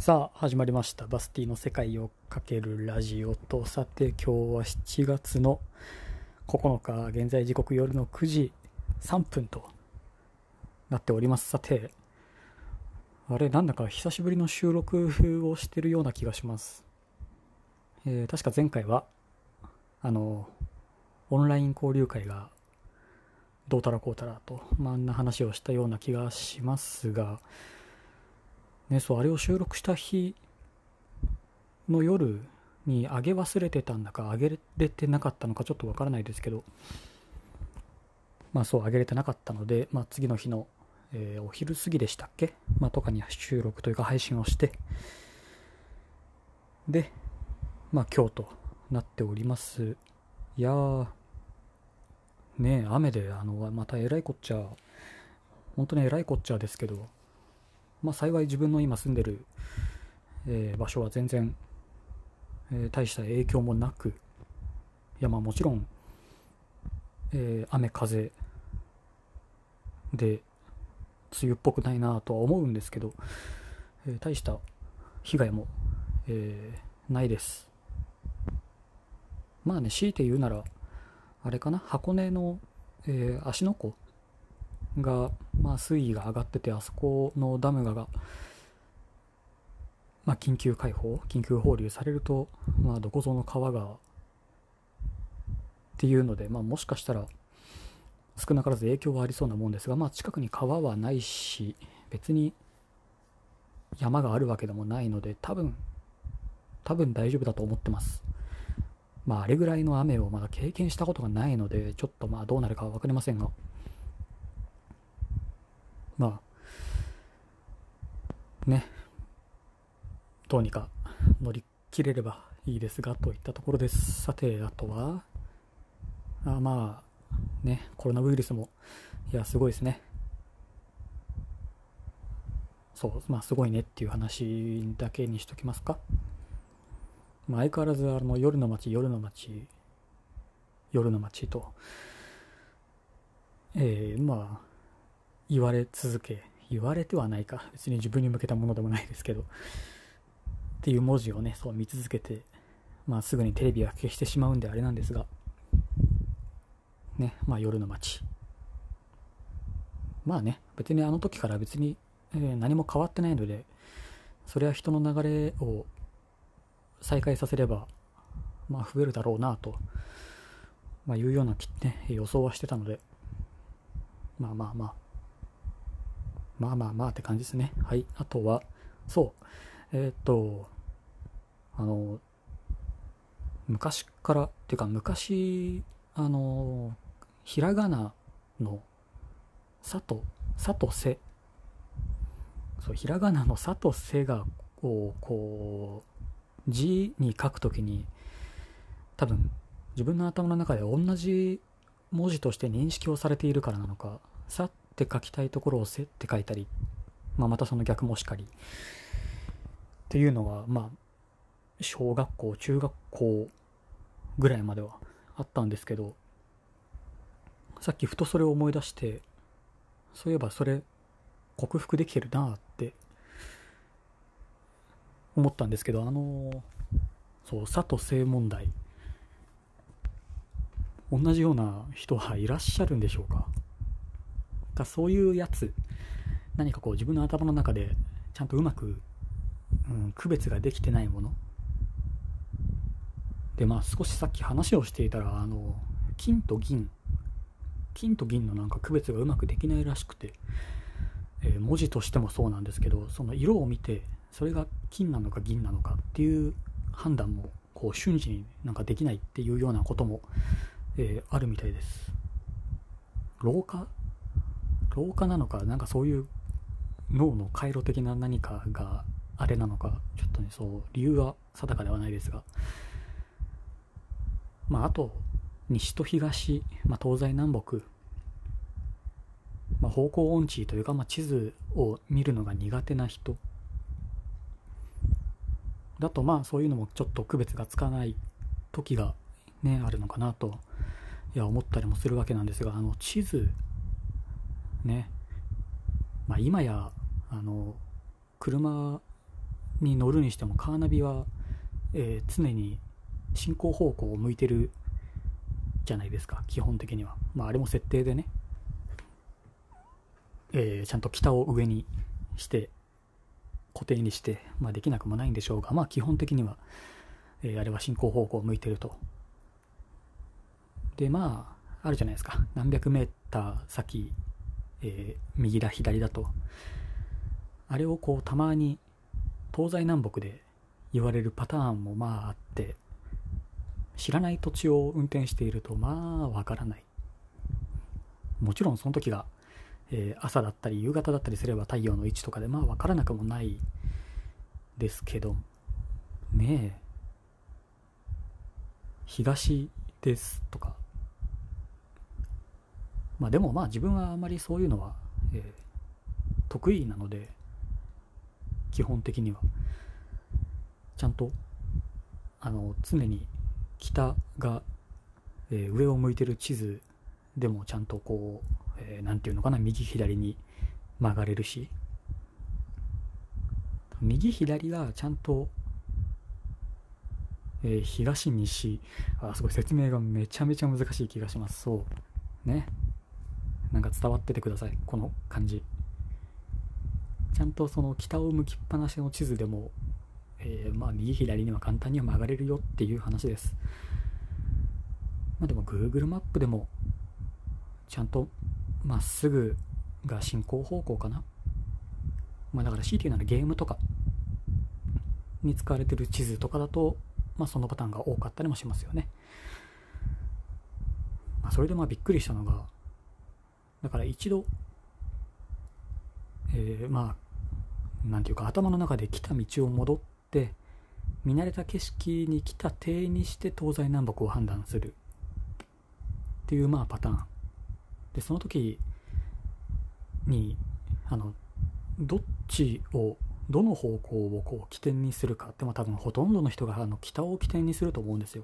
さあ始まりました。バスティの世界をかけるラジオと、さて今日は7月の9日、現在時刻夜の9時3分となっております。さて、あれなんだか久しぶりの収録をしてるような気がします。確か前回はオンライン交流会がどうたらこうたらと、あんな話をしたような気がしますがね。そう、あれを収録した日の夜に上げ忘れてたんだか上げれてなかったのかちょっとわからないですけど、そう上げれてなかったので、次の日の、お昼過ぎでしたっけ、とかに収録というか配信をして、で今日となっております。いやーね、雨でまたえらいこっちゃ、本当にえらいこっちゃですけど、幸い自分の今住んでる、場所は全然、大した影響もなく、いやもちろん、雨風で梅雨っぽくないなとは思うんですけど、大した被害も、ないです。強いて言うならあれかな、箱根の、芦ノ湖が、水位が上がってて、あそこのダムが緊急開放、緊急放流されると、どこぞの川がっていうので、もしかしたら少なからず影響はありそうなもんですが、近くに川はないし、別に山があるわけでもないので、多分大丈夫だと思ってます。あれぐらいの雨をまだ経験したことがないので、ちょっとどうなるかは分かりませんが、ね、どうにか乗り切れればいいですがといったところです。さて、あとはコロナウイルスもすごいですね。そう、すごいねっていう話だけにしときますか。相変わらず夜の街と、言われ続け、言われてはないか、別に自分に向けたものでもないですけどっていう文字をね、そう見続けて、すぐにテレビは消してしまうんであれなんですがね、夜の街、別にあの時から別に、何も変わってないので、それは人の流れを再開させれば増えるだろうなと、いうような、予想はしてたので、って感じですね。はい。あとはそう昔からっていうか、昔ひらがなのさとせ、そう、ひらがなのさとせがこう字に書くときに、多分自分の頭の中で同じ文字として認識をされているからなのか、さって書きたいところをせって書いたり、またその逆もしかりっていうのが、小学校中学校ぐらいまではあったんですけど、さっきふとそれを思い出して、そういえばそれ克服できてるなって思ったんですけど、そう、さとせ問題、同じような人はいらっしゃるんでしょうか。そういうやつ、何か自分の頭の中でちゃんとうまく、区別ができてないもので、少しさっき話をしていたら、金と銀のなんか区別がうまくできないらしくて、文字としてもそうなんですけど、その色を見てそれが金なのか銀なのかっていう判断も瞬時になんかできないっていうようなことも、あるみたいです。老化なのか、なんかそういう脳の回路的な何かがあれなのか、ちょっとね、そう理由は定かではないですが、あと西と東、東西南北、方向音痴というか、地図を見るのが苦手な人だと、そういうのもちょっと区別がつかない時がね、あるのかなと思ったりもするわけなんですが、地図ね、今や車に乗るにしてもカーナビは、常に進行方向を向いてるじゃないですか、基本的には。あれも設定でね、ちゃんと北を上にして固定にして、できなくもないんでしょうが、基本的には、あれは進行方向を向いてると。であるじゃないですか、何百メーター先、右だ左だと、あれをたまに東西南北で言われるパターンもあって、知らない土地を運転しているとわからない。もちろんその時が、朝だったり夕方だったりすれば太陽の位置とかでわからなくもないですけどね。東ですとか、でも自分はあまりそういうのは、得意なので、基本的にはちゃんと常に北が、上を向いてる地図でもちゃんとなんていうのかな、右左に曲がれるし、右左がちゃんと、東西、すごい説明がめちゃめちゃ難しい気がします。そうね、なんか伝わっててください、この感じ。ちゃんとその北を向きっぱなしの地図でも、右左には簡単には曲がれるよっていう話です。でも Google マップでもちゃんとまっすぐが進行方向かな。だから 強いて言うならゲームとかに使われてる地図とかだと、そのパターンが多かったりもしますよね。それでびっくりしたのが、だから一度、なんていうか頭の中で来た道を戻って見慣れた景色に来た体にして東西南北を判断するっていうパターンで、その時にどっちをどの方向を起点にするかって、多分ほとんどの人が北を起点にすると思うんですよ、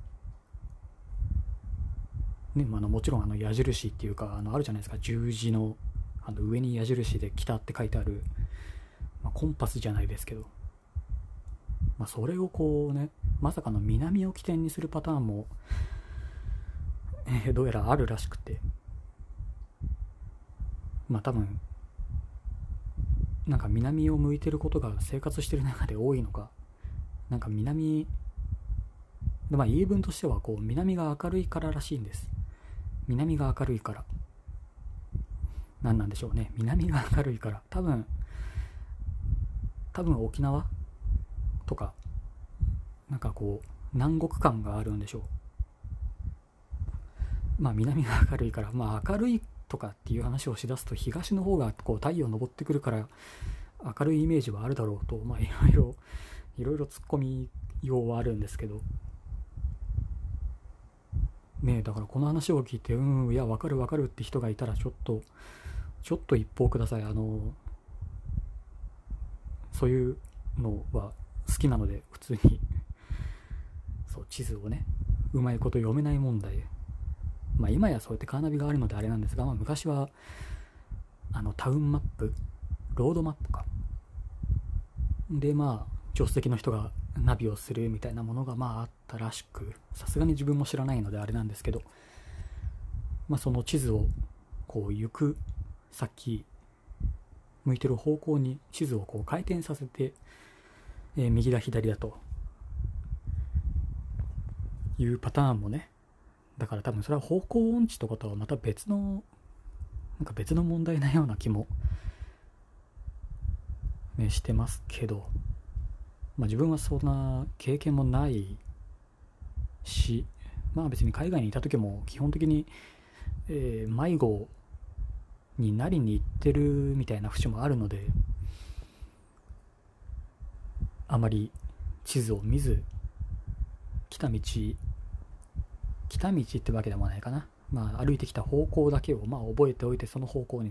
ね。もちろん矢印っていうかあるじゃないですか、十字の上に矢印で北って書いてある、コンパスじゃないですけど、それをまさかの南を起点にするパターンも、どうやらあるらしくて、多分なんか南を向いてることが生活してる中で多いのか、なんか南で、言い分としては南が明るいかららしいんです。南が明るいから何なんでしょうね。南が明るいから、多分沖縄とかなんか南国感があるんでしょう。南が明るいから、明るいとかっていう話をしだすと東の方が太陽昇ってくるから明るいイメージはあるだろうと、いろいろ突っ込みようはあるんですけどね。だからこの話を聞いていや分かるって人がいたらちょっと一報ください。そういうのは好きなので、普通にそう地図をねうまいこと読めない問題、今やそうやってカーナビがあるのであれなんですが、昔はタウンマップ、ロードマップかで助手席の人がナビをするみたいなものがあったらしく、さすがに自分も知らないのであれなんですけど、その地図を行く先向いてる方向に地図を回転させて、右だ左だというパターンもね、だから多分それは方向音痴とかとはまた別の問題なような気も、してますけど、自分はそんな経験もないし、別に海外にいた時も基本的に、迷子になりに行ってるみたいな節もあるので、あまり地図を見ず来た道ってわけでもないかな、歩いてきた方向だけを覚えておいて、その方向に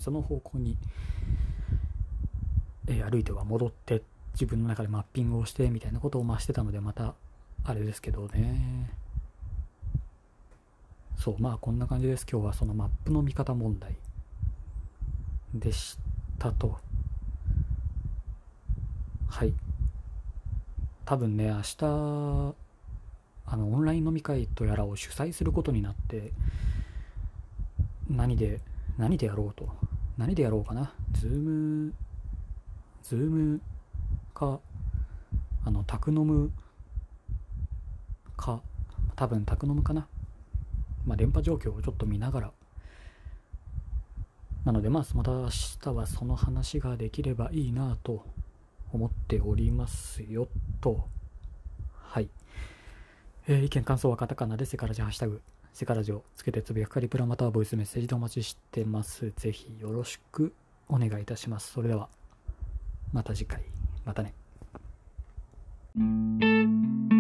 歩いては戻って自分の中でマッピングをしてみたいなことをしてたので、またあれですけどね。そうこんな感じです。今日はそのマップの見方問題でしたと。はい、 多分ね、明日、オンライン飲み会とやらを主催することになって、何でやろうと。何でやろうかな。ズームか、タクノムか、多分タクノムかな。電波状況をちょっと見ながら。なのでまた明日はその話ができればいいなと思っておりますよと。はい。意見感想はカタカナでセカラジハッシュタグセカラジをつけてつぶやくかリプラまたはボイスメッセージでお待ちしてます。ぜひよろしくお願いいたします。それではまた次回、またね。